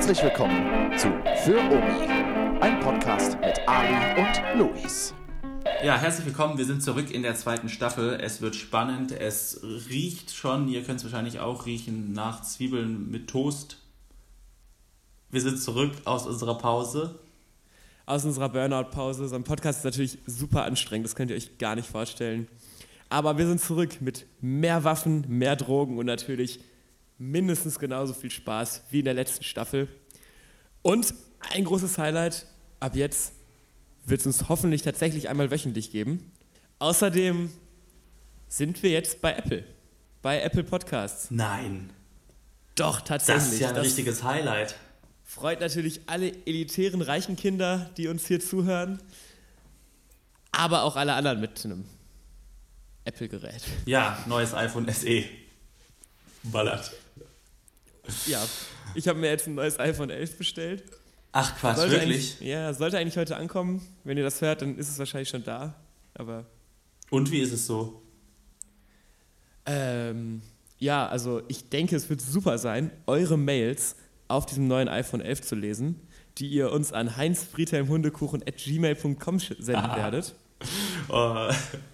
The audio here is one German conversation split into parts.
Herzlich willkommen zu Für Omi, ein Podcast mit Ali und Luis. Ja, herzlich willkommen. Wir sind zurück in der zweiten Staffel. Es wird spannend. Es riecht schon, ihr könnt es wahrscheinlich auch riechen, nach Zwiebeln mit Toast. Wir sind zurück aus unserer Pause. Aus unserer Burnout-Pause. So ein Podcast ist natürlich super anstrengend, das könnt ihr euch gar nicht vorstellen. Aber wir sind zurück mit mehr Waffen, mehr Drogen und natürlich mindestens genauso viel Spaß wie in der letzten Staffel. Und ein großes Highlight, ab jetzt wird es uns hoffentlich tatsächlich einmal wöchentlich geben. Außerdem sind wir jetzt bei Apple Podcasts. Nein. Doch, tatsächlich. Das ist ja ein richtiges Highlight. Freut natürlich alle elitären, reichen Kinder, die uns hier zuhören, aber auch alle anderen mit einem Apple-Gerät. Ja, neues iPhone SE. Ballert. Ja, ich habe mir jetzt ein neues iPhone 11 bestellt. Ach Quatsch, wirklich? Sollte eigentlich heute ankommen. Wenn ihr das hört, dann ist es wahrscheinlich schon da. Aber und wie ist es so? Ja, also ich denke, es wird super sein, eure Mails auf diesem neuen iPhone 11 zu lesen, die ihr uns an heinzfriedhelmhundekuchen@gmail.com senden werdet. Oh.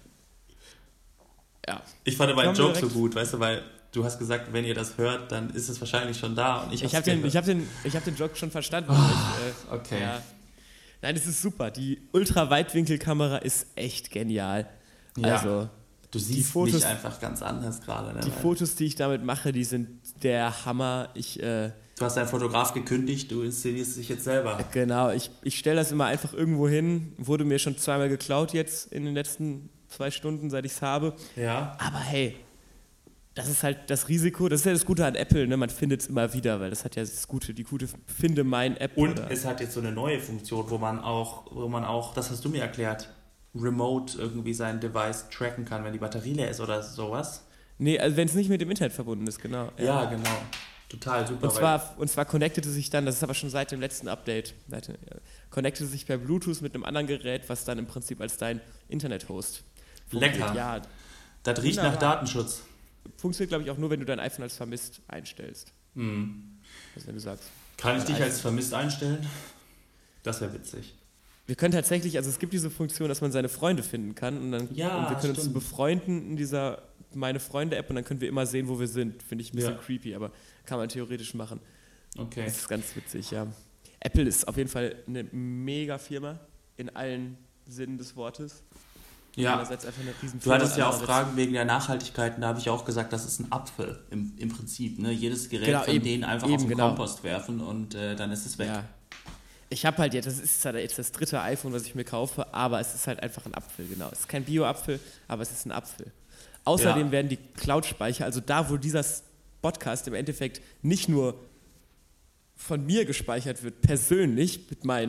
Ja. Ich fand meinen Joke so gut, weißt du, weil du hast gesagt, wenn ihr das hört, dann ist es wahrscheinlich schon da. Und ich hab den Joke schon verstanden. Okay. Ja. Nein, es ist super. Die Ultraweitwinkelkamera ist echt genial. Ja. Also, du siehst mich einfach ganz anders gerade. Ne? Die Fotos, die ich damit mache, die sind der Hammer. Du hast einen Fotograf gekündigt, du inszenierst dich jetzt selber. Genau, ich stelle das immer einfach irgendwo hin. Wurde mir schon zweimal geklaut jetzt in den letzten 2 Stunden, seit ich es habe. Ja. Aber hey, das ist halt das Risiko, das ist ja das Gute an Apple, ne? Man findet es immer wieder, weil das hat ja die gute Finde mein App. Und es hat jetzt so eine neue Funktion, wo man auch, das hast du mir erklärt, remote irgendwie sein Device tracken kann, wenn die Batterie leer ist oder sowas. Nee, also wenn es nicht mit dem Internet verbunden ist, genau. Ja, genau. Total super. Und zwar connectete sich dann, das ist aber schon seit dem letzten Update, connectete sich per Bluetooth mit einem anderen Gerät, was dann im Prinzip als dein Internet-Host funktioniert. Lecker. Ja, das riecht nach Datenschutz. Funktioniert, glaube ich, auch nur, wenn du dein iPhone als vermisst einstellst. Also wenn du sagst. Kann ich dich als vermisst einstellen? Das wäre witzig. Wir können tatsächlich, also es gibt diese Funktion, dass man seine Freunde finden kann und wir können uns befreunden in dieser Meine Freunde-App und dann können wir immer sehen, wo wir sind. Finde ich ein bisschen creepy, aber kann man theoretisch machen. Okay. Das ist ganz witzig, ja. Apple ist auf jeden Fall eine mega Firma in allen Sinnen des Wortes. Ja, einfach eine du hattest ja auch Fragen wegen der Nachhaltigkeit und da habe ich auch gesagt, das ist ein Apfel im Prinzip. Ne? Jedes Gerät von denen einfach auf den Kompost werfen und dann ist es weg. Ja. Ich habe halt das ist jetzt das 3. iPhone, was ich mir kaufe, aber es ist halt einfach ein Apfel, genau. Es ist kein Bio-Apfel, aber es ist ein Apfel. Außerdem werden die Cloud-Speicher, also da, wo dieser Podcast im Endeffekt nicht nur von mir gespeichert wird, persönlich,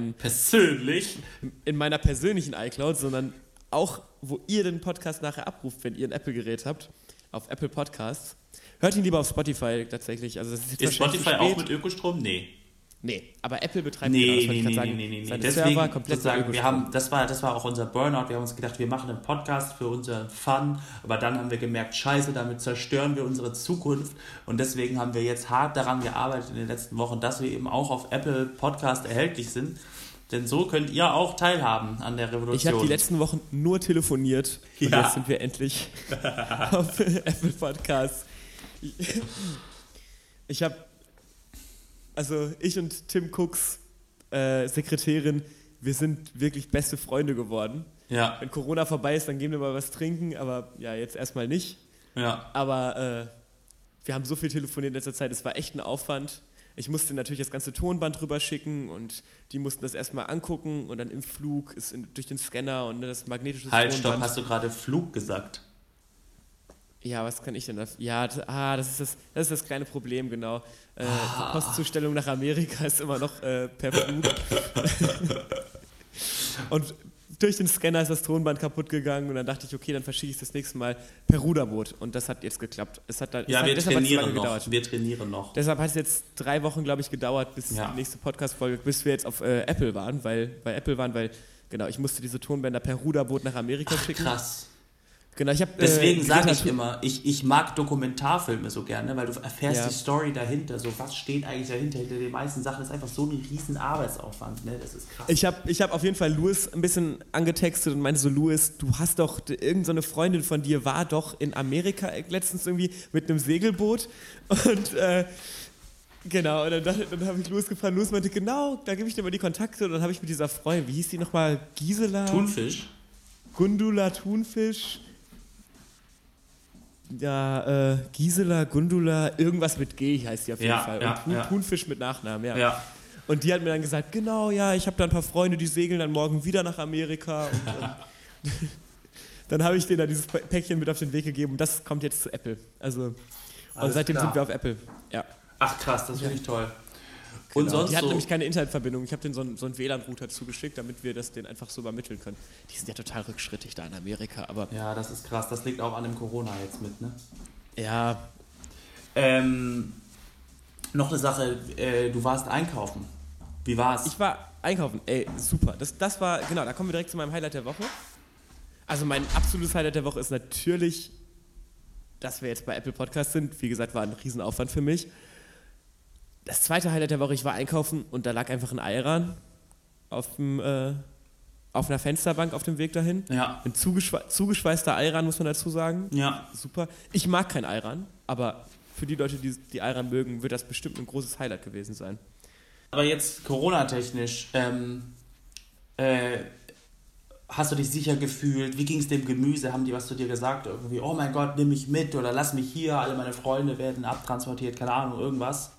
in meiner persönlichen iCloud, sondern auch, wo ihr den Podcast nachher abruft, wenn ihr ein Apple-Gerät habt, auf Apple Podcasts. Hört ihn lieber auf Spotify tatsächlich. Also das ist Spotify auch mit Ökostrom? Nee, aber Apple betreibt seine Server komplett mit Ökostrom. Das war auch unser Burnout. Wir haben uns gedacht, wir machen einen Podcast für unseren Fun, aber dann haben wir gemerkt, scheiße, damit zerstören wir unsere Zukunft und deswegen haben wir jetzt hart daran gearbeitet in den letzten Wochen, dass wir eben auch auf Apple Podcast erhältlich sind, denn so könnt ihr auch teilhaben an der Revolution. Ich habe die letzten Wochen nur telefoniert und jetzt sind wir endlich auf Apple Podcasts. Ich und Tim Cooks Sekretärin, wir sind wirklich beste Freunde geworden. Ja. Wenn Corona vorbei ist, dann gehen wir mal was trinken, aber ja, jetzt erstmal nicht. Ja. Aber wir haben so viel telefoniert in letzter Zeit, es war echt ein Aufwand. Ich musste natürlich das ganze Tonband rüber schicken und die mussten das erstmal angucken und dann im Flug durch den Scanner und das magnetische Tonband. Stopp, hast du gerade Flug gesagt? Ja, was kann ich denn da? Ja, das ist das kleine Problem, genau. Die Postzustellung nach Amerika ist immer noch per Flug. Und durch den Scanner ist das Tonband kaputt gegangen und dann dachte ich, okay, dann verschicke ich es das nächste Mal per Ruderboot und das hat jetzt geklappt. Wir trainieren noch. Deshalb hat es jetzt 3 Wochen, glaube ich, gedauert, bis die nächste Podcast-Folge, bis wir jetzt auf Apple waren, weil genau, ich musste diese Tonbänder per Ruderboot nach Amerika schicken. Krass. Genau, ich habe Deswegen sage ich immer, ich mag Dokumentarfilme so gerne, weil du erfährst Ja. die Story dahinter, so was steht eigentlich dahinter. Hinter den meisten Sachen ist einfach so ein riesen Arbeitsaufwand, ne? Das ist krass. Ich hab auf jeden Fall Louis ein bisschen angetextet und meinte so, Louis, du hast doch, irgend so eine Freundin von dir war doch in Amerika letztens irgendwie mit einem Segelboot und genau, und dann habe ich Louis gefragt, Louis meinte, genau, da gebe ich dir mal die Kontakte und dann habe ich mit dieser Freundin, wie hieß die nochmal, Gisela? Thunfisch? Gundula Thunfisch. Ja, Gisela, Gundula, irgendwas mit G heißt die auf jeden Fall. Und Thunfisch mit Nachnamen, Ja. Und die hat mir dann gesagt, genau, ja, ich habe da ein paar Freunde, die segeln dann morgen wieder nach Amerika. Und dann habe ich denen da dieses Päckchen mit auf den Weg gegeben und das kommt jetzt zu Apple. Also, und seitdem sind wir auf Apple. Ja. Ach krass, das finde ich toll. Genau. Und sonst die hatten so, nämlich keine Internetverbindung. Ich habe denen so einen WLAN-Router zugeschickt, damit wir das denen einfach so übermitteln können. Die sind ja total rückschrittig da in Amerika, aber... Ja, das ist krass. Das liegt auch an dem Corona jetzt mit, ne? Ja. Noch eine Sache, du warst einkaufen. Wie war's? Ich war einkaufen. Ey, super. Das war, genau, da kommen wir direkt zu meinem Highlight der Woche. Also mein absolutes Highlight der Woche ist natürlich, dass wir jetzt bei Apple Podcasts sind. Wie gesagt, war ein Riesenaufwand für mich. Das zweite Highlight der Woche, ich war einkaufen und da lag einfach ein Ayran auf einer Fensterbank auf dem Weg dahin. Ja. Ein zugeschweißter Ayran, muss man dazu sagen. Ja. Super. Ich mag kein Ayran, aber für die Leute, die Ayran mögen, wird das bestimmt ein großes Highlight gewesen sein. Aber jetzt Corona-technisch, hast du dich sicher gefühlt? Wie ging es dem Gemüse? Haben die was zu dir gesagt? Irgendwie, oh mein Gott, nimm mich mit oder lass mich hier, alle meine Freunde werden abtransportiert, keine Ahnung, irgendwas?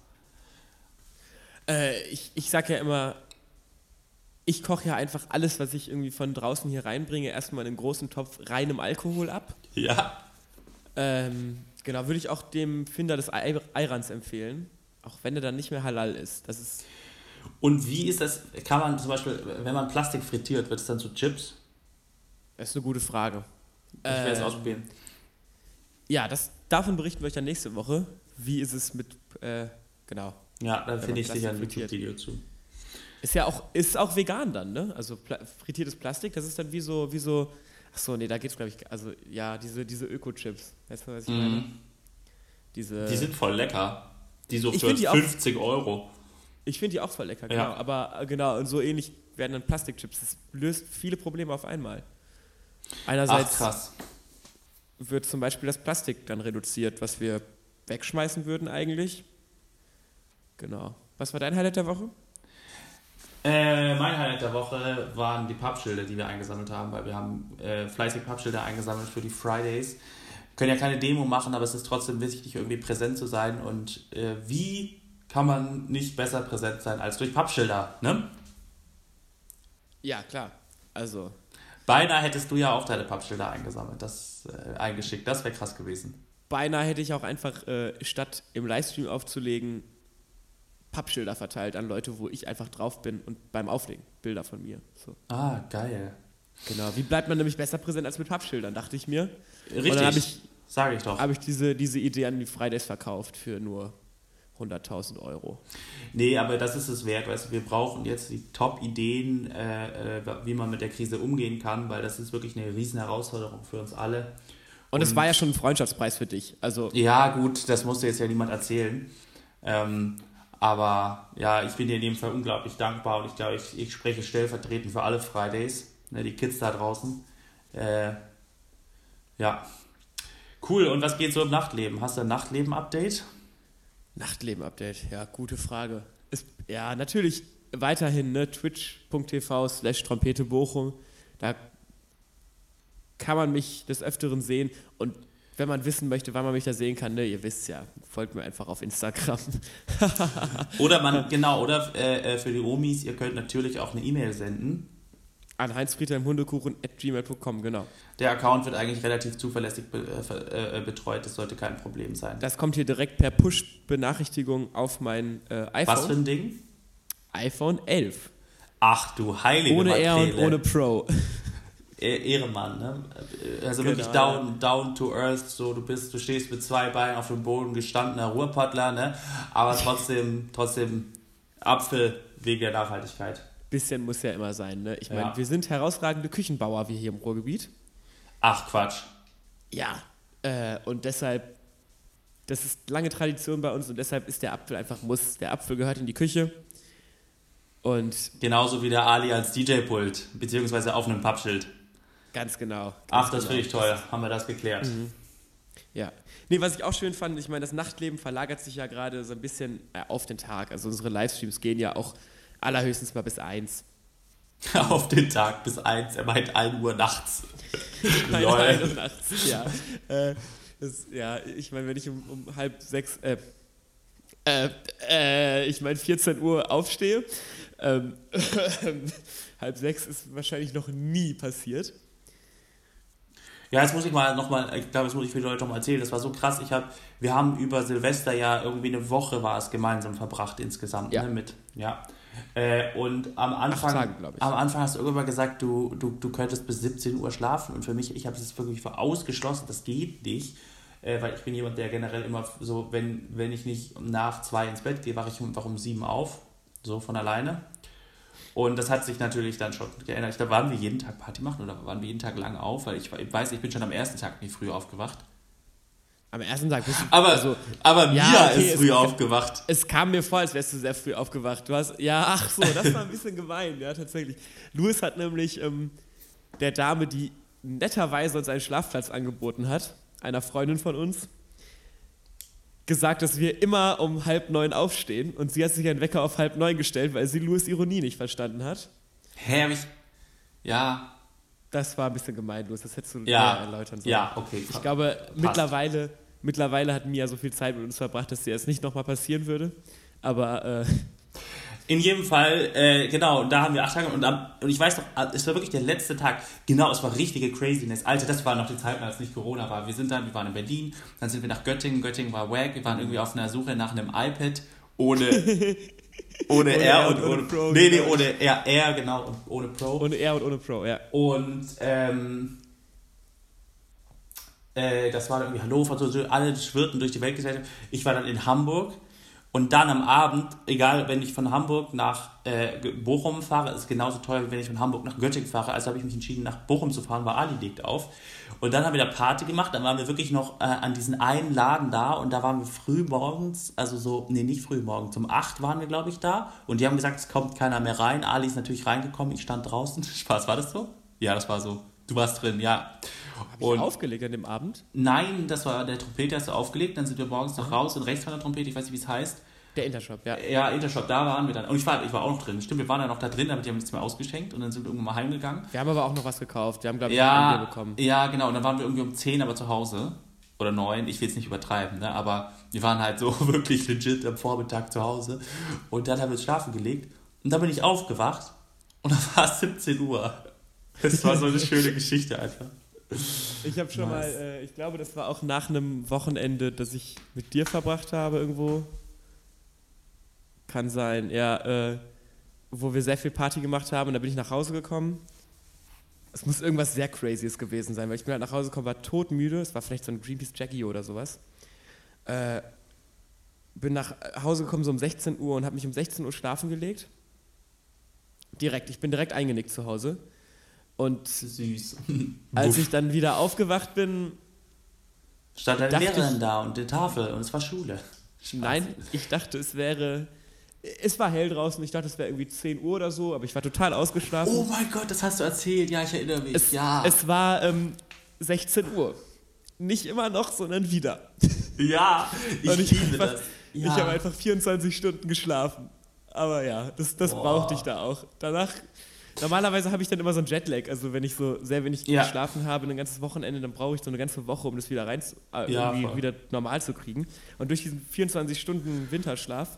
Ich sag ja immer, ich koche ja einfach alles, was ich irgendwie von draußen hier reinbringe, erstmal in einen großen Topf reinem Alkohol ab. Ja. Genau, würde ich auch dem Finder des Ayrans empfehlen, auch wenn er dann nicht mehr halal ist. Das ist Und wie ist das, kann man zum Beispiel, wenn man Plastik frittiert, wird es dann zu Chips? eine gute Frage. Ich werde es ausprobieren. Ja, davon berichten wir euch dann nächste Woche. Wie ist es mit, genau. Ja, da finde ich Plastik sicher ein frittiert. YouTube-Video zu. Ist auch vegan dann, ne? Also frittiertes Plastik, das ist dann wie so, ach so, nee, da geht's glaube ich, also ja, diese Öko-Chips. Weißt du, was ich meine? Die sind voll lecker. Die so Ich für find die auch- 50 Euro. Ich finde die auch voll lecker, genau. Ja. Aber genau, und so ähnlich werden dann Plastikchips. Das löst viele Probleme auf einmal. Ach, Einerseits krass. wird zum Beispiel das Plastik dann reduziert, was wir wegschmeißen würden eigentlich. Genau. Was war dein Highlight der Woche? Mein Highlight der Woche waren die Pappschilder, die wir eingesammelt haben, weil wir haben fleißig Pappschilder eingesammelt für die Fridays. Wir können ja keine Demo machen, aber es ist trotzdem wichtig, irgendwie präsent zu sein. Und wie kann man nicht besser präsent sein als durch Pappschilder, ne? Ja, klar. Also, Beinahe hättest du ja auch deine Pappschilder eingesammelt, eingeschickt. Das wäre krass gewesen. beinahe hätte ich auch einfach, statt im Livestream aufzulegen, Pappschilder verteilt an Leute, wo ich einfach drauf bin und beim Auflegen Bilder von mir. So. Ah, geil. Genau. Wie bleibt man nämlich besser präsent als mit Pappschildern, dachte ich mir. Richtig, Und dann sage ich doch. habe ich diese Idee an die Fridays verkauft für nur 100.000 Euro. Nee, aber das ist es wert, weißt du, wir brauchen jetzt die Top-Ideen, wie man mit der Krise umgehen kann, weil das ist wirklich eine riesen Herausforderung für uns alle. Und es war ja schon ein Freundschaftspreis für dich. Also, Ja, gut, das musste jetzt ja niemand erzählen. Aber ja, ich bin dir in dem Fall unglaublich dankbar und ich glaube, ich spreche stellvertretend für alle Fridays, ne, die Kids da draußen. Ja, cool. Und was geht so im Nachtleben? Hast du ein Nachtleben-Update? Nachtleben-Update, ja, gute Frage. Ja, natürlich weiterhin, ne, twitch.tv/Trompete Bochum. Da kann man mich des Öfteren sehen und wenn man wissen möchte, wann man mich da sehen kann, ne, ihr wisst ja, folgt mir einfach auf Instagram. Oder für die Omis, ihr könnt natürlich auch eine E-Mail senden. An heinzfriedheimhundekochen@gmail.com, genau. Der Account wird eigentlich relativ zuverlässig betreut, das sollte kein Problem sein. Das kommt hier direkt per Push-Benachrichtigung auf mein iPhone. Was für ein Ding? iPhone 11. Ach du heilige Ohne R und Makrele. ohne Pro. Ehrenmann, ne? Also Genau. wirklich down to earth, so du stehst mit zwei Beinen auf dem Boden, gestandener Ruhrpottler, ne? Aber trotzdem Apfel wegen der Nachhaltigkeit. Bisschen muss ja immer sein, ne? Ich meine, Ja. wir sind herausragende Küchenbauer, wir hier im Ruhrgebiet. Ach Quatsch. Ja, und deshalb, das ist lange Tradition bei uns und deshalb ist der Apfel einfach Muss. Der Apfel gehört in die Küche und... Genauso wie der Ali als DJ-Pult, beziehungsweise auf einem Pappschild. Ganz genau. Ach, das finde ich toll. Haben wir das geklärt. Ja. Nee, was ich auch schön fand, ich meine, das Nachtleben verlagert sich ja gerade so ein bisschen auf den Tag. Also unsere Livestreams gehen ja auch allerhöchstens mal bis 1. Auf den Tag bis 1, er meint 1 Uhr nachts. 1 Uhr nachts, ja. Ich meine, wenn ich um halb 6, ich meine 14 Uhr aufstehe, halb 6 ist wahrscheinlich noch nie passiert. Ja, jetzt muss ich ich glaube, das muss ich für die Leute noch mal erzählen. Das war so krass. Wir haben über Silvester ja irgendwie eine Woche war es gemeinsam verbracht insgesamt. Ja. Ne, und am Anfang, 8 Tage, glaube ich. am Anfang hast du irgendwann gesagt, du könntest bis 17 Uhr schlafen. Und für mich, ich habe es wirklich ausgeschlossen, das geht nicht. Weil ich bin jemand, der generell immer so, wenn ich nicht nach 2 ins Bett gehe, wache ich einfach um 7 auf. So von alleine. Und das hat sich natürlich dann schon geändert. Ich glaube, waren wir jeden Tag Party machen oder waren wir jeden Tag lang auf? Weil ich weiß, ich bin schon am ersten Tag nicht früh aufgewacht. Am ersten Tag bist du... Aber Mia ist früh aufgewacht. Es kam mir vor, als wärst du sehr früh aufgewacht. Das war ein bisschen gemein, ja, tatsächlich. Louis hat nämlich der Dame, die netterweise uns einen Schlafplatz angeboten hat, einer Freundin von uns, gesagt, dass wir immer um 8:30 aufstehen und sie hat sich einen Wecker auf 8:30 gestellt, weil sie Louis' Ironie nicht verstanden hat. Ja. Das war ein bisschen gemein, Louis, das hättest du näher erläutern sollen. Ja, okay. Ich glaube, mittlerweile hat Mia so viel Zeit mit uns verbracht, dass dir das nicht nochmal passieren würde, aber... In jedem Fall, genau, da haben wir 8 Tage und ich weiß noch, es war wirklich der letzte Tag, genau, es war richtige Craziness. Alter, das war noch die Zeit, als nicht Corona war. Wir waren in Berlin, dann sind wir nach Göttingen war wack, wir waren irgendwie auf einer Suche nach einem iPad ohne R und ohne Pro. Nee, ohne R, genau, und ohne Pro. Ohne R und ohne Pro, ja. Und, das war dann irgendwie Hannover, so alle schwirrten durch die Weltgesellschaft. Ich war dann in Hamburg. Und dann am Abend, egal, wenn ich von Hamburg nach Bochum fahre, ist es genauso teuer, wie wenn ich von Hamburg nach Göttingen fahre. Also habe ich mich entschieden, nach Bochum zu fahren, weil Ali legt auf. Und dann haben wir da Party gemacht, dann waren wir wirklich noch an diesen einen Laden da und da waren wir früh morgens, nicht früh morgens, um 8 waren wir, glaube ich, da. Und die haben gesagt, es kommt keiner mehr rein. Ali ist natürlich reingekommen, ich stand draußen. Spaß, war das so? Ja, das war so. Du warst drin, ja. Habe ich aufgelegt an dem Abend? Nein, das war der Trompeter, hast du aufgelegt, dann sind wir morgens noch raus und rechts von der Trompete, ich weiß nicht, wie es heißt. Der Intershop, ja. Ja, Intershop, da waren wir dann. Und ich war auch noch drin. Stimmt, wir waren ja noch da drin, aber die haben nichts mehr ausgeschenkt und dann sind wir irgendwann mal heimgegangen. Wir haben aber auch noch was gekauft. Wir haben, glaube ich, ein Bier bekommen. Ja, genau. Und dann waren wir irgendwie um 10 aber zu Hause. Oder 9, ich will es nicht übertreiben, ne? Aber wir waren halt so wirklich legit am Vormittag zu Hause. Und dann haben wir uns schlafen gelegt. Und dann bin ich aufgewacht und dann war es 17 Uhr. Das war so eine schöne Geschichte einfach. Ich habe schon mal, ich glaube, das war auch nach einem Wochenende, das ich mit dir verbracht habe irgendwo. Kann sein, ja, wo wir sehr viel Party gemacht haben und da bin ich nach Hause gekommen. Es muss irgendwas sehr Crazyes gewesen sein, weil ich bin halt nach Hause gekommen, war todmüde, es war vielleicht so ein Greenpeace Jackie oder sowas. Bin nach Hause gekommen so um 16 Uhr und habe mich um 16 Uhr schlafen gelegt. Ich bin direkt eingenickt zu Hause. Und süß. Als ich dann wieder aufgewacht bin, stand eine Lehrerin da und die Tafel und es war Schule. Nein, ich dachte, es war hell draußen, ich dachte, es wäre irgendwie 10 Uhr oder so, aber ich war total ausgeschlafen. Oh mein Gott, das hast du erzählt, ja, ich erinnere mich. Es war 16 Uhr. Nicht immer noch, sondern wieder. Ja, ich liebe das. Ja. Ich habe einfach 24 Stunden geschlafen. Aber ja, das brauchte ich da auch. Danach, normalerweise habe ich dann immer so einen Jetlag, also wenn ich so sehr wenig geschlafen habe, ein ganzes Wochenende, dann brauche ich so eine ganze Woche, um das wieder wieder normal zu kriegen. Und durch diesen 24 Stunden Winterschlaf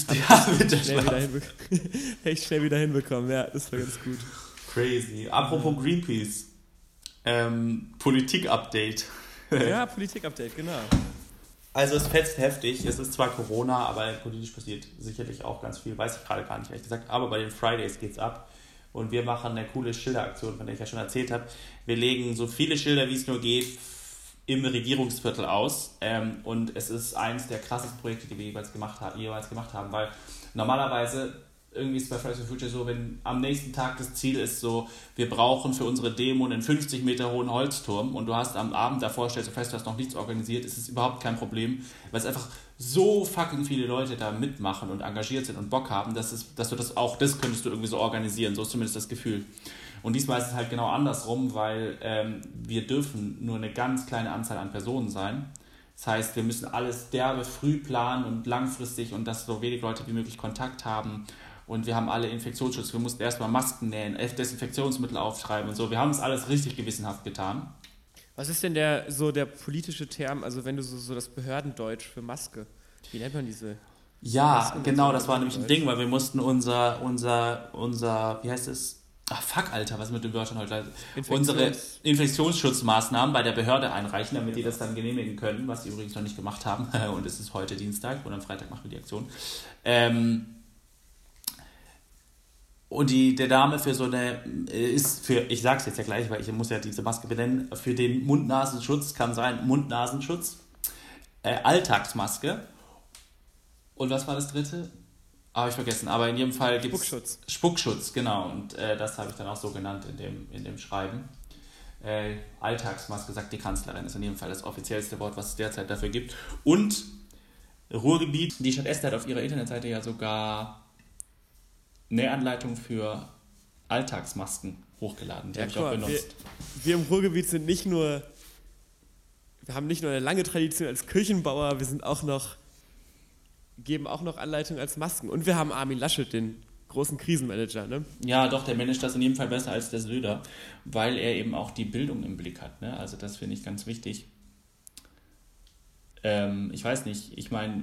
echt schnell wieder hinbekommen. Ja, das war ganz gut. Crazy. Apropos Greenpeace. Politik-Update. Ja, Politik-Update, genau. Also es fetzt heftig, es ist zwar Corona, aber politisch passiert sicherlich auch ganz viel, weiß ich gerade gar nicht, ehrlich gesagt, aber bei den Fridays geht's ab und wir machen eine coole Schilderaktion, von der ich ja schon erzählt habe. Wir legen so viele Schilder, wie es nur geht, im Regierungsviertel aus und es ist eines der krassesten Projekte, die wir jeweils gemacht haben, weil normalerweise irgendwie ist bei Fridays for Future so, wenn am nächsten Tag das Ziel ist so, wir brauchen für unsere Demo einen 50 Meter hohen Holzturm und du hast am Abend davor, stellst du fest, du hast noch nichts organisiert, ist es überhaupt kein Problem, weil es einfach so fucking viele Leute da mitmachen und engagiert sind und Bock haben, dass du das könntest du irgendwie so organisieren, so ist zumindest das Gefühl. Und diesmal ist es halt genau andersrum, weil wir dürfen nur eine ganz kleine Anzahl an Personen sein. Das heißt, wir müssen alles derbe früh planen und langfristig und dass so wenig Leute wie möglich Kontakt haben. Und wir haben alle Infektionsschutz. Wir mussten erstmal Masken nähen, Desinfektionsmittel aufschreiben und so. Wir haben es alles richtig gewissenhaft getan. Was ist denn der politische Term, also wenn du so das Behördendeutsch für Maske, wie nennt man diese? Ja, Masken genau, so das war nämlich ein Deutsch? Ding, weil wir mussten unser wie heißt es? Ach, fuck, Alter, was ist mit den Wörtern heute? Unsere Infektionsschutzmaßnahmen bei der Behörde einreichen, damit die das dann genehmigen können, was sie übrigens noch nicht gemacht haben. Und es ist heute Dienstag und am Freitag machen wir die Aktion. Und der Name für so eine ist für, ich sag's jetzt ja gleich, weil ich muss ja diese Maske benennen, für den Mund-Nasenschutz kann sein Mund-Nasenschutz, Alltagsmaske. Und was war das dritte? Habe ich vergessen, aber in jedem Fall gibt es Spuckschutz, genau. Und das habe ich dann auch so genannt in dem Schreiben. Alltagsmaske, sagt die Kanzlerin, ist in jedem Fall das offiziellste Wort, was es derzeit dafür gibt. Und Ruhrgebiet, die Stadt Essen hat auf ihrer Internetseite ja sogar eine Anleitung für Alltagsmasken hochgeladen, die habe ich auch benutzt. Wir im Ruhrgebiet sind wir haben nicht nur eine lange Tradition als Kirchenbauer, wir sind geben auch noch Anleitungen als Masken. Und wir haben Armin Laschet, den großen Krisenmanager, ne? Ja, doch, der managt das in jedem Fall besser als der Söder, weil er eben auch die Bildung im Blick hat, ne? Also das finde ich ganz wichtig. Ich weiß nicht, ich meine,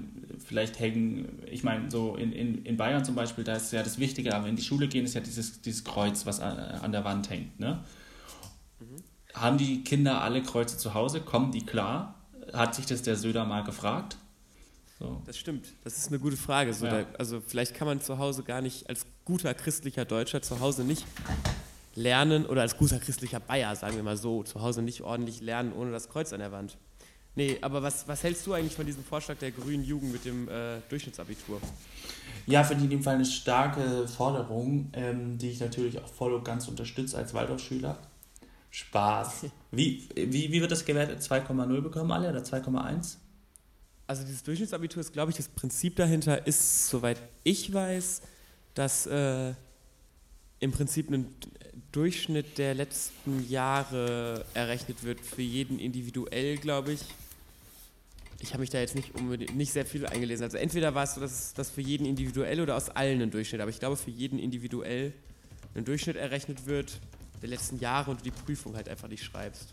so in Bayern zum Beispiel, da ist ja das Wichtige, aber in die Schule gehen, ist ja dieses Kreuz, was an der Wand hängt, ne? Haben die Kinder alle Kreuze zu Hause? Kommen die klar? Hat sich das der Söder mal gefragt? So. Das stimmt, das ist eine gute Frage. Ja. Also vielleicht kann man zu Hause gar nicht, als guter christlicher Deutscher zu Hause nicht lernen, oder als guter christlicher Bayer, sagen wir mal so, zu Hause nicht ordentlich lernen ohne das Kreuz an der Wand. Nee, aber was hältst du eigentlich von diesem Vorschlag der grünen Jugend mit dem Durchschnittsabitur? Ja, finde ich in dem Fall eine starke Forderung, die ich natürlich auch voll und ganz unterstütze als Waldorfschüler. Spaß. Wie wird das gewertet? 2,0 bekommen alle oder 2,1? Also dieses Durchschnittsabitur ist, glaube ich, das Prinzip dahinter ist, soweit ich weiß, dass im Prinzip ein Durchschnitt der letzten Jahre errechnet wird für jeden individuell, glaube ich. Ich habe mich da jetzt nicht sehr viel eingelesen. Also entweder war es so, dass das für jeden individuell oder aus allen ein Durchschnitt, aber ich glaube, für jeden individuell ein Durchschnitt errechnet wird der letzten Jahre und du die Prüfung halt einfach nicht schreibst.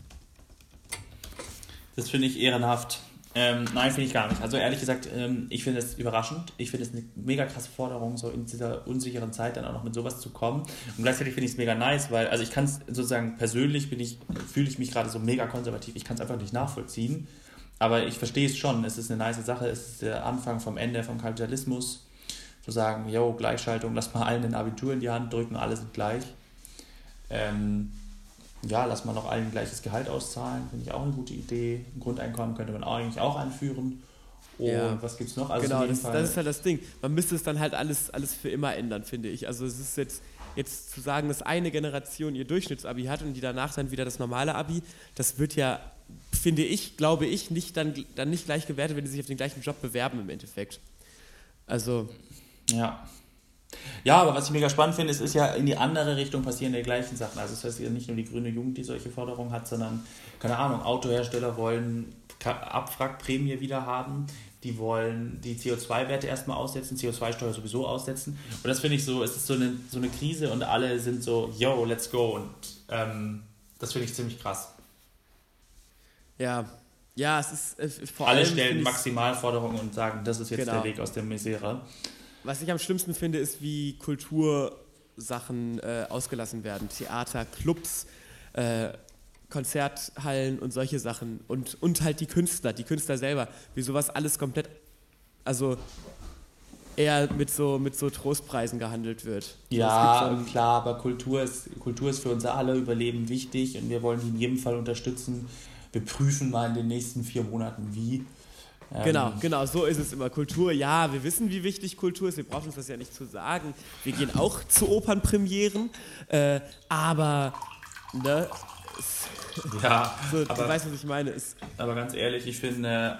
Das finde ich ehrenhaft. Nein, finde ich gar nicht. Also ehrlich gesagt, ich finde es überraschend. Ich finde es eine mega krasse Forderung, so in dieser unsicheren Zeit dann auch noch mit sowas zu kommen. Und gleichzeitig finde ich es mega nice, weil, also ich kann es sozusagen persönlich, fühle ich mich gerade so mega konservativ, ich kann es einfach nicht nachvollziehen. Aber ich verstehe es schon, es ist eine nice Sache, es ist der Anfang vom Ende vom Kapitalismus. Zu sagen, yo, Gleichschaltung, lass mal allen ein Abitur in die Hand drücken, alle sind gleich. Ja, lass mal noch allen ein gleiches Gehalt auszahlen, finde ich auch eine gute Idee. Ein Grundeinkommen könnte man eigentlich auch einführen. Und ja, was gibt es noch? Also genau, das ist halt das Ding. Man müsste es dann halt alles für immer ändern, finde ich. Also es ist jetzt zu sagen, dass eine Generation ihr Durchschnittsabi hat und die danach dann wieder das normale Abi, das wird ja, finde ich, glaube ich, dann nicht gleich gewertet, wenn die sich auf den gleichen Job bewerben im Endeffekt. Also... Ja, aber was ich mega spannend finde, es ist ja in die andere Richtung passieren die gleichen Sachen. Also es ist ja nicht nur die grüne Jugend, die solche Forderungen hat, sondern, keine Ahnung, Autohersteller wollen Abwrackprämie wieder haben, die wollen die CO2-Werte erstmal aussetzen, CO2-Steuer sowieso aussetzen. Und das finde ich so, es ist so eine Krise und alle sind so, yo, let's go. Und das finde ich ziemlich krass. Ja, es ist vor allem... Alle stellen Maximalforderungen und sagen, das ist jetzt der Weg aus der Misere. Was ich am schlimmsten finde, ist, wie Kultursachen ausgelassen werden. Theater, Clubs, Konzerthallen und solche Sachen. Und halt die Künstler selber. Wie sowas alles komplett, also eher mit so Trostpreisen gehandelt wird. Ja, klar, aber Kultur ist für unser aller Überleben wichtig und wir wollen die in jedem Fall unterstützen. Wir prüfen mal in den nächsten 4 Monaten wie. Genau, so ist es immer. Kultur, ja, wir wissen, wie wichtig Kultur ist, wir brauchen uns das ja nicht zu sagen. Wir gehen auch zu Opernpremieren, aber, ne, Ja, so, aber, du weißt, was ich meine. aber ganz ehrlich, ich finde,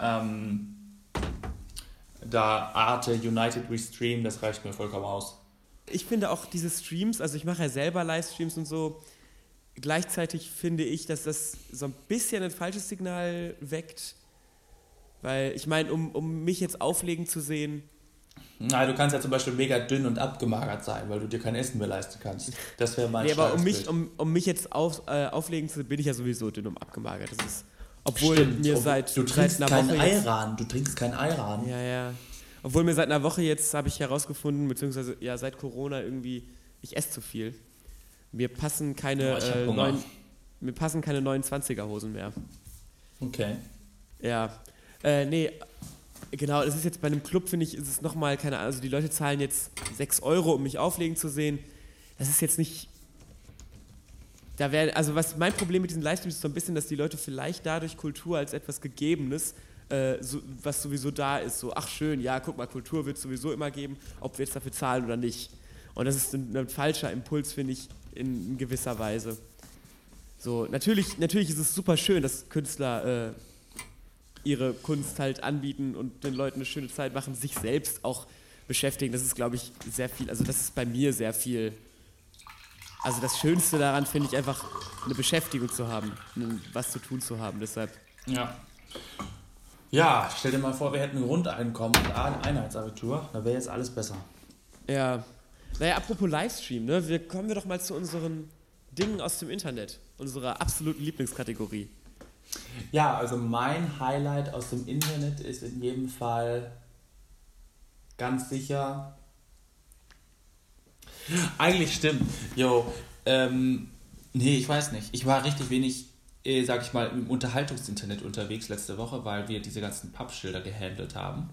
da Arte United We Stream, das reicht mir vollkommen aus. Ich finde auch diese Streams, also ich mache ja selber Livestreams und so, gleichzeitig finde ich, dass das so ein bisschen ein falsches Signal weckt, weil ich meine, um mich jetzt auflegen zu sehen. Na, du kannst ja zum Beispiel mega dünn und abgemagert sein, weil du dir kein Essen mehr leisten kannst. Das wäre mein aber Bild. um mich jetzt auflegen zu sehen, bin ich ja sowieso dünn und abgemagert. Das ist, obwohl Stimmt, mir du seit trinkst einer keinen Woche jetzt, Ayran, du trinkst keinen Ayran. Ja. Obwohl mir seit einer Woche jetzt, habe ich herausgefunden, beziehungsweise ja seit Corona irgendwie, ich esse zu viel. Mir passen keine, mir passen keine 29er Hosen mehr. Okay. Ja, nee, genau, das ist jetzt bei einem Club, finde ich, ist es nochmal, keine Ahnung, also die Leute zahlen jetzt 6 €, um mich auflegen zu sehen. Das ist jetzt nicht, also was mein Problem mit diesen Livestreams ist so ein bisschen, dass die Leute vielleicht dadurch Kultur als etwas Gegebenes, was sowieso da ist, so, ach schön, ja, guck mal, Kultur wird es sowieso immer geben, ob wir jetzt dafür zahlen oder nicht. Und das ist ein falscher Impuls, finde ich, in gewisser Weise. So, natürlich ist es super schön, dass Künstler ihre Kunst halt anbieten und den Leuten eine schöne Zeit machen, sich selbst auch beschäftigen. Das ist, glaube ich, sehr viel, also das ist bei mir sehr viel. Also das Schönste daran finde ich einfach, eine Beschäftigung zu haben, was zu tun zu haben, deshalb. Ja, stell dir mal vor, wir hätten ein Grundeinkommen und ein Einheitsabitur, da wäre jetzt alles besser. Ja, naja, apropos Livestream, ne, kommen wir doch mal zu unseren Dingen aus dem Internet, unserer absoluten Lieblingskategorie. Ja, also mein Highlight aus dem Internet ist in jedem Fall ganz sicher. Eigentlich stimmt. Nee, ich weiß nicht. Ich war richtig wenig, sag ich mal, im Unterhaltungsinternet unterwegs letzte Woche, weil wir diese ganzen Pappschilder gehandelt haben.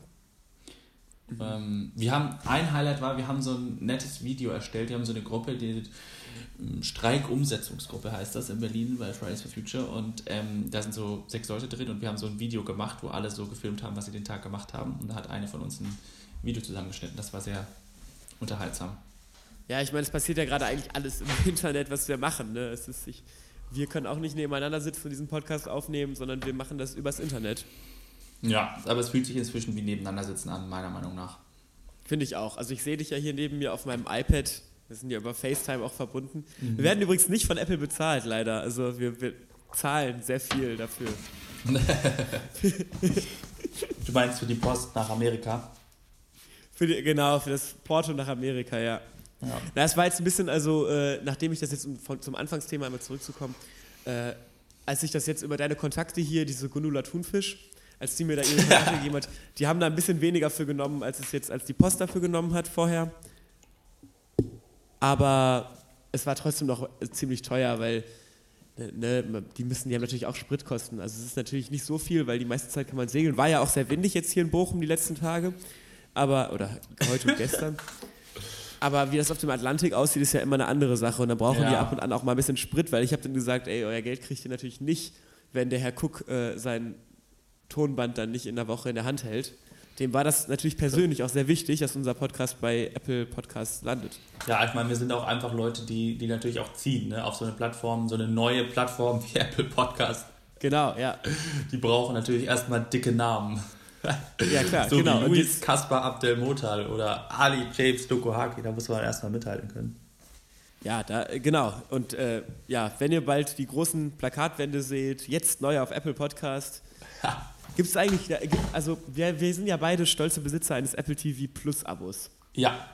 Wir haben so ein nettes Video erstellt. Wir haben so eine Gruppe, die Streikumsetzungsgruppe heißt das in Berlin bei Fridays for Future, und da sind so 6 Leute drin und wir haben so ein Video gemacht, wo alle so gefilmt haben, was sie den Tag gemacht haben, und da hat eine von uns ein Video zusammengeschnitten. Das war sehr unterhaltsam. Ja, ich meine, es passiert ja gerade eigentlich alles im Internet, was wir machen, ne? Wir können auch nicht nebeneinander sitzen und diesen Podcast aufnehmen, sondern wir machen das übers Internet. Ja, aber es fühlt sich inzwischen wie nebeneinander sitzen an, meiner Meinung nach. Finde ich auch. Also ich sehe dich ja hier neben mir auf meinem iPad. Wir sind ja über FaceTime auch verbunden. Wir werden übrigens nicht von Apple bezahlt, leider. Also wir zahlen sehr viel dafür. Du meinst für die Post nach Amerika? Genau, für das Porto nach Amerika, ja. Na, es war jetzt ein bisschen, also nachdem ich das jetzt, zum Anfangsthema einmal zurückzukommen, als ich das jetzt über deine Kontakte hier, diese Gundula Thunfisch, als die mir da ihre Kontakte gegeben hat, die haben da ein bisschen weniger für genommen, als die Post dafür genommen hat vorher. Aber es war trotzdem noch ziemlich teuer, weil die haben natürlich auch Spritkosten. Also es ist natürlich nicht so viel, weil die meiste Zeit kann man segeln. War ja auch sehr windig jetzt hier in Bochum die letzten Tage, oder heute und gestern. Aber wie das auf dem Atlantik aussieht, ist ja immer eine andere Sache, und da brauchen die ab und an auch mal ein bisschen Sprit, weil ich habe dann gesagt, ey, euer Geld kriegt ihr natürlich nicht, wenn der Herr Cook sein Tonband dann nicht in der Woche in der Hand hält. Dem war das natürlich persönlich auch sehr wichtig, dass unser Podcast bei Apple Podcasts landet. Ja, ich meine, wir sind auch einfach Leute, die natürlich auch ziehen, ne, auf so eine Plattform, so eine neue Plattform wie Apple Podcast. Genau, ja. Die brauchen natürlich erstmal dicke Namen. Ja, klar, so genau. Wie Luis Kaspar Abdel-Motal oder Ali James Dokuhaki, da muss man erstmal mithalten können. Ja, genau. Und wenn ihr bald die großen Plakatwände seht, jetzt neu auf Apple Podcast, gibt es eigentlich, also wir sind ja beide stolze Besitzer eines Apple TV Plus Abos. Ja.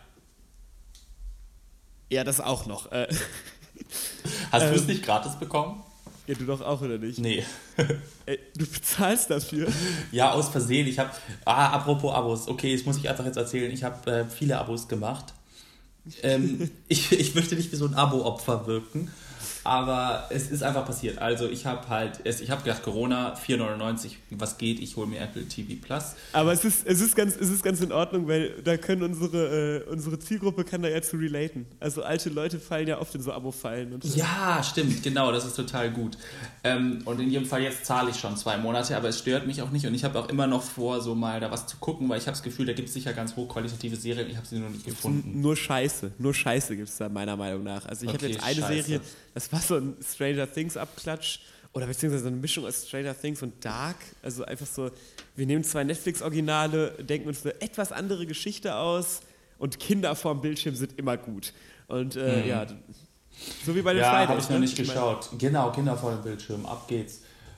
Ja, das auch noch. Hast du es nicht gratis bekommen? Ja, du doch auch, oder nicht? Nee. Du bezahlst dafür? Ja, aus Versehen. Apropos Abos. Okay, das muss ich einfach jetzt erzählen. Ich habe viele Abos gemacht. Ich möchte nicht wie so ein Abo-Opfer wirken. Aber es ist einfach passiert. Also ich habe gedacht, Corona, 4,99, was geht, ich hole mir Apple TV Plus. Aber es ist ganz in Ordnung, weil da können unsere Zielgruppe kann da ja zu relaten. Also alte Leute fallen ja oft in so Abo-Fallen. Und so. Ja, stimmt, genau, das ist total gut. Und in jedem Fall, jetzt zahle ich schon 2 Monate, aber es stört mich auch nicht. Und ich habe auch immer noch vor, so mal da was zu gucken, weil ich habe das Gefühl, da gibt es sicher ganz hochqualitative Serien, ich habe sie nur nicht gefunden. Nur Scheiße gibt es da meiner Meinung nach. Also ich habe jetzt eine Serie, das war so ein Stranger Things Abklatsch oder beziehungsweise so eine Mischung aus Stranger Things und Dark. Also einfach so, wir nehmen 2 Netflix-Originale, denken uns eine etwas andere Geschichte aus und Kinder vorm Bildschirm sind immer gut. Und ja, so wie bei den Ja, Fridays. habe ich noch nicht geschaut. Genau, Kinder vor dem Bildschirm, ab geht's.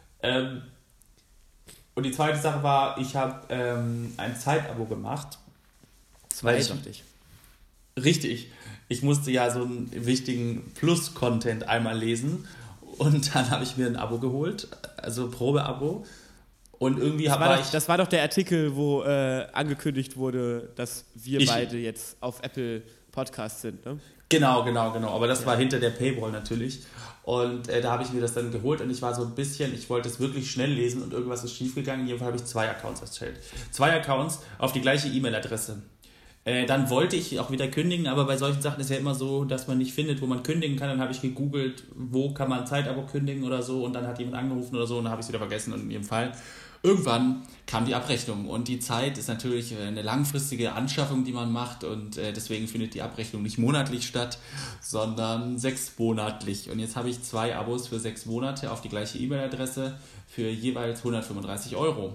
Und die zweite Sache war, ich habe ein Zeitabo gemacht. Richtig. Richtig. Ich musste ja so einen wichtigen Plus-Content einmal lesen und dann habe ich mir ein Abo geholt, also Probeabo. Und irgendwie das war doch der Artikel, wo angekündigt wurde, dass wir beide jetzt auf Apple Podcasts sind, ne? Genau. Aber das war hinter der Paywall natürlich. Und da habe ich mir das dann geholt und ich war so ein bisschen, ich wollte es wirklich schnell lesen und irgendwas ist schiefgegangen. In jedem Fall habe ich 2 Accounts erstellt. 2 Accounts auf die gleiche E-Mail-Adresse. Dann wollte ich auch wieder kündigen, aber bei solchen Sachen ist ja immer so, dass man nicht findet, wo man kündigen kann. Dann habe ich gegoogelt, wo kann man Zeitabo kündigen oder so und dann hat jemand angerufen oder so und dann habe ich es wieder vergessen und in jedem Fall. Irgendwann kam die Abrechnung und die Zeit ist natürlich eine langfristige Anschaffung, die man macht und deswegen findet die Abrechnung nicht monatlich statt, sondern 6 monatlich. Und jetzt habe ich 2 Abos für 6 Monate auf die gleiche E-Mail-Adresse für jeweils 135 €.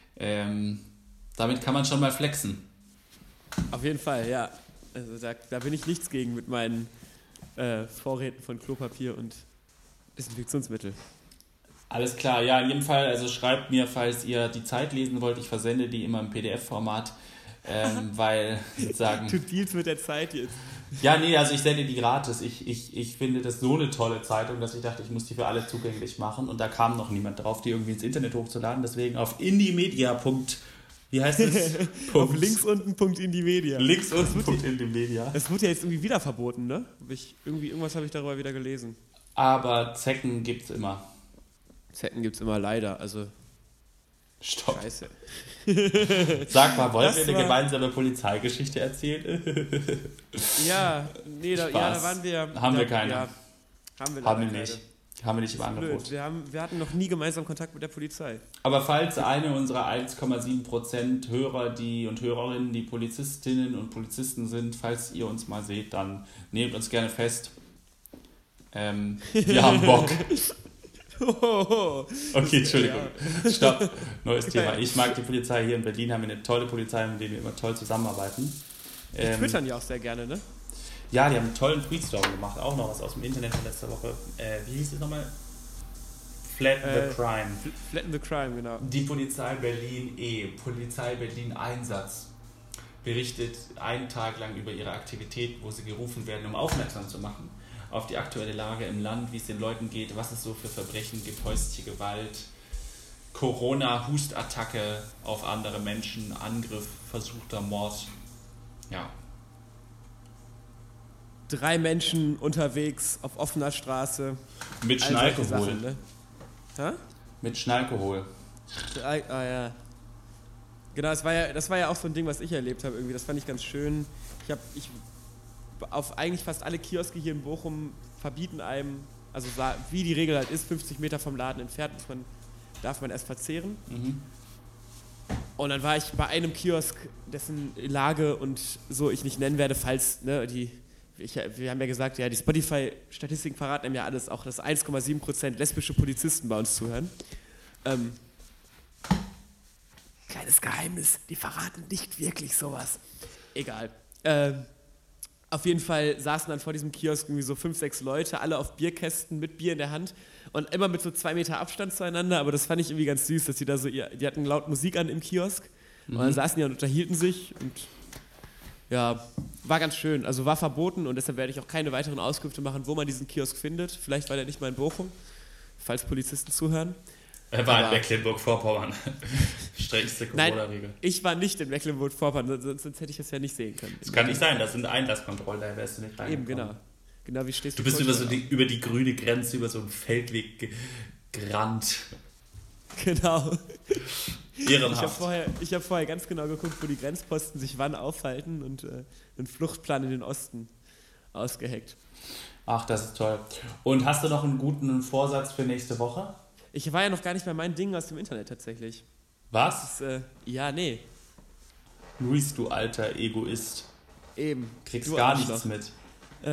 Damit kann man schon mal flexen. Auf jeden Fall, ja. Also da bin ich nichts gegen mit meinen Vorräten von Klopapier und Desinfektionsmittel. Alles klar, ja, in jedem Fall, also schreibt mir, falls ihr die Zeit lesen wollt, ich versende die immer im PDF-Format, weil sozusagen... Du dealst mit der Zeit jetzt. Ja, nee, also ich sende die gratis. Ich finde das so eine tolle Zeitung, dass ich dachte, ich muss die für alle zugänglich machen und da kam noch niemand drauf, die irgendwie ins Internet hochzuladen, deswegen auf indiemedia. Wie heißt es? Auf linksunten.indiemedia. Linksunten.indiemedia. Es wurde ja jetzt irgendwie wieder verboten, ne? Irgendwas habe ich darüber wieder gelesen. Aber Zecken gibt's immer. Zecken gibt's immer leider, also... Stopp. Scheiße. Sag mal, wollen wir eine gemeinsame Polizeigeschichte erzählen? Ja, nee, da waren wir... Haben wir keine. Ja, haben wir nicht. Haben wir nicht im Angebot. Wir hatten noch nie gemeinsam Kontakt mit der Polizei. Aber falls eine unserer 1,7% Hörer und Hörerinnen, die Polizistinnen und Polizisten sind, falls ihr uns mal seht, dann nehmt uns gerne fest. Wir haben Bock. Okay, Entschuldigung. Stopp. Neues Thema. Ich mag die Polizei hier in Berlin, haben wir eine tolle Polizei, mit denen wir immer toll zusammenarbeiten. Die twittern ja auch sehr gerne, ne? Ja, die haben einen tollen Tweetstorm gemacht, auch noch was aus dem Internet von letzter Woche. Wie hieß es nochmal? Flatten the Crime. Flatten the Crime, genau. Die Polizei Berlin Polizei Berlin Einsatz, berichtet einen Tag lang über ihre Aktivität, wo sie gerufen werden, um aufmerksam zu machen auf die aktuelle Lage im Land, wie es den Leuten geht, was es so für Verbrechen gibt, häusliche Gewalt, Corona, Hustattacke auf andere Menschen, Angriff, versuchter Mord. Ja. 3 Menschen unterwegs auf offener Straße. Mit Schnalkohol. Sachen, ne? Mit Schnalkohol. Ja. Genau, das war ja auch so ein Ding, was ich erlebt habe irgendwie. Das fand ich ganz schön. Ich auf eigentlich fast alle Kioske hier in Bochum verbieten einem, also wie die Regel halt ist, 50 Meter vom Laden entfernt darf man erst verzehren. Mhm. Und dann war ich bei einem Kiosk, dessen Lage und so ich nicht nennen werde, falls, ne, wir haben ja gesagt, ja, die Spotify-Statistiken verraten einem ja alles, auch dass 1,7% lesbische Polizisten bei uns zuhören. Kleines Geheimnis, die verraten nicht wirklich sowas. Egal. Auf jeden Fall saßen dann vor diesem Kiosk irgendwie so 5, 6 Leute, alle auf Bierkästen mit Bier in der Hand und immer mit so 2 Meter Abstand zueinander, aber das fand ich irgendwie ganz süß, dass die da so, die hatten laut Musik an im Kiosk und dann saßen die und unterhielten sich und ja, war ganz schön, also war verboten und deshalb werde ich auch keine weiteren Auskünfte machen, wo man diesen Kiosk findet, vielleicht war der nicht mal in Bochum, falls Polizisten zuhören. Er war in Mecklenburg-Vorpommern. Strengste Corona-Regel. Nein, ich war nicht in Mecklenburg-Vorpommern, sonst hätte ich das ja nicht sehen können. Es kann nicht sein, das sind Einlasskontrollen, da wärst du nicht reingekommen. Eben, genau. Genau wie stehst Du bist über die grüne Grenze, über so einen Feldweg gerannt. Genau. Ehrenhaft. Ich hab vorher ganz genau geguckt, wo die Grenzposten sich wann aufhalten und einen Fluchtplan in den Osten ausgeheckt. Ach, das ist toll. Und hast du noch einen guten Vorsatz für nächste Woche? Ich war ja noch gar nicht bei meinen Dingen aus dem Internet tatsächlich. Was? Nee. Luis, du alter Egoist. Eben. Kriegst Du gar Arschloch. nichts mit.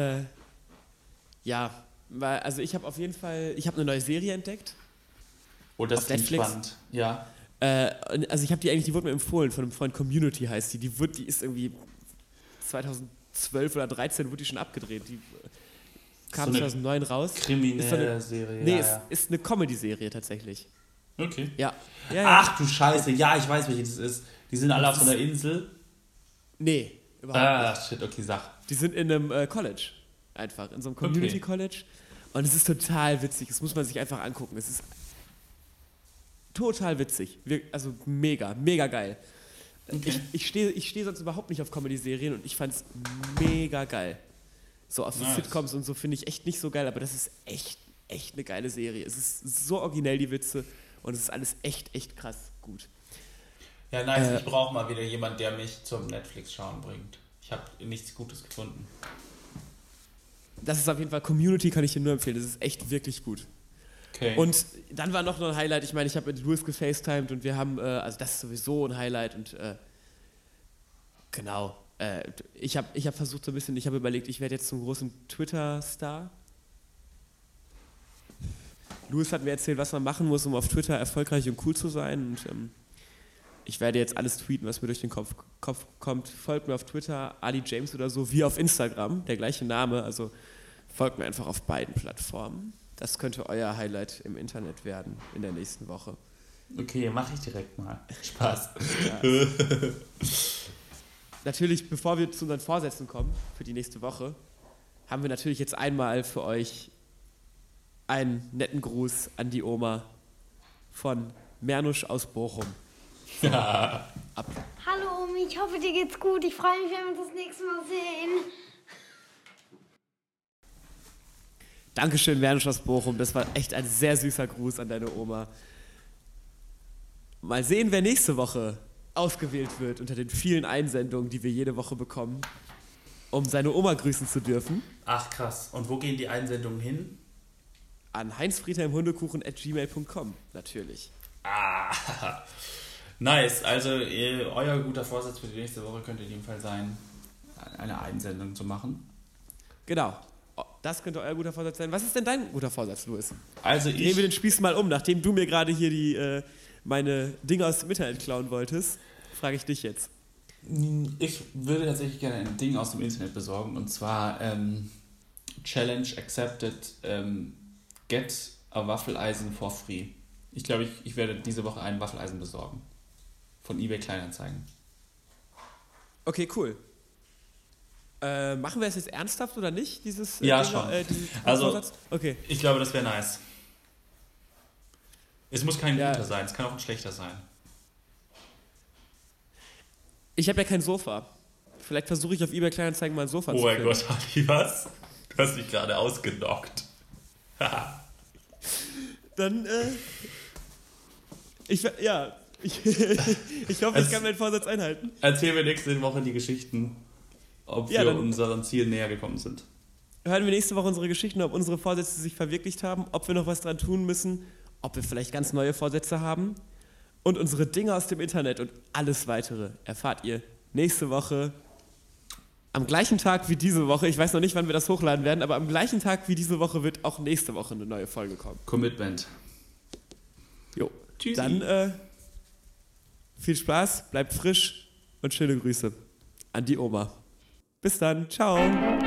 Also ich habe auf jeden Fall, eine neue Serie entdeckt. Oh, das auf klingt Netflix. spannend. Ja. Also ich habe die wurde mir empfohlen von einem Freund, Community heißt die. Die ist irgendwie 2012 oder 2013 wurde die schon abgedreht. Die kam So eine 2009 raus. Kriminelle Serie. Nee, ja. ist eine Comedy-Serie tatsächlich. Okay. Ja. Ach du Scheiße, ja, ich weiß, welche das ist. Die sind alle auf so einer Insel. Nee, überhaupt nicht. Shit, okay, sag. Die sind in einem College. Einfach, in so einem Community-College. Und es ist total witzig. Das muss man sich einfach angucken. Es ist total witzig. Also mega, mega geil. Okay. Ich steh sonst überhaupt nicht auf Comedy-Serien und ich fand's mega geil. So auf so Sitcoms und so finde ich echt nicht so geil, aber das ist echt eine geile Serie. Es ist so originell, die Witze, und es ist alles echt krass gut. Ja, nice. Ich brauche mal wieder jemanden, der mich zum Netflix-Schauen bringt. Ich habe nichts Gutes gefunden. Das ist auf jeden Fall Community, kann ich dir nur empfehlen. Das ist echt wirklich gut. Okay. Und dann war noch ein Highlight. Ich meine, ich habe mit Louis gefacetimed und wir haben, also das ist sowieso ein Highlight und genau. Ich hab versucht so ein bisschen, ich habe überlegt, ich werde jetzt zum großen Twitter-Star. Louis hat mir erzählt, was man machen muss, um auf Twitter erfolgreich und cool zu sein. Und ich werde jetzt alles tweeten, was mir durch den Kopf kommt. Folgt mir auf Twitter, Ali James oder so, wie auf Instagram, der gleiche Name. Also folgt mir einfach auf beiden Plattformen. Das könnte euer Highlight im Internet werden in der nächsten Woche. Okay, mache ich direkt mal. Spaß. Ja. Natürlich, bevor wir zu unseren Vorsätzen kommen für die nächste Woche, haben wir natürlich jetzt einmal für euch einen netten Gruß an die Oma von Mernusch aus Bochum. Ja. Hallo Omi, ich hoffe dir geht's gut. Ich freue mich, wenn wir uns das nächste Mal sehen. Dankeschön, Mernusch aus Bochum. Das war echt ein sehr süßer Gruß an deine Oma. Mal sehen, wer nächste Woche ausgewählt wird unter den vielen Einsendungen, die wir jede Woche bekommen, um seine Oma grüßen zu dürfen. Ach krass. Und wo gehen die Einsendungen hin? An heinzfriedheimhundekuchen@gmail.com, natürlich. Nice. Also euer guter Vorsatz für die nächste Woche könnte in dem Fall sein, eine Einsendung zu machen. Genau. Das könnte euer guter Vorsatz sein. Was ist denn dein guter Vorsatz, Louis? Also Drehen wir den Spieß mal um. Nachdem du mir gerade hier meine Dinge aus dem Internet klauen wolltest, frage ich dich jetzt. Ich würde tatsächlich gerne ein Ding aus dem Internet besorgen, und zwar Challenge accepted, get a Waffeleisen for free. Ich glaube, ich werde diese Woche ein Waffeleisen besorgen. Von eBay Kleinanzeigen. Okay, cool. Machen wir es jetzt ernsthaft oder nicht? Ja, schon. Also, Vorsatz? Okay. Ich glaube, das wäre nice. Es muss kein Ja. guter sein, es kann auch ein schlechter sein. Ich habe ja kein Sofa. Vielleicht versuche ich auf eBay Kleinanzeigen mal ein Sofa zu Oh mein finden. Gott, Ali, was? Du hast mich gerade ausgenockt. Dann, ich hoffe, ich kann meinen Vorsatz einhalten. Erzählen wir nächste Woche die Geschichten, ob Ja, wir dann- unserem Ziel näher gekommen sind. Hören wir nächste Woche unsere Geschichten, ob unsere Vorsätze sich verwirklicht haben, ob wir noch was dran tun müssen, ob wir vielleicht ganz neue Vorsätze haben. Und unsere Dinge aus dem Internet und alles weitere erfahrt ihr nächste Woche am gleichen Tag wie diese Woche. Ich weiß noch nicht, wann wir das hochladen werden, aber am gleichen Tag wie diese Woche wird auch nächste Woche eine neue Folge kommen. Commitment. Jo. Tschüssi. Dann viel Spaß, bleibt frisch und schöne Grüße an die Oma. Bis dann, ciao.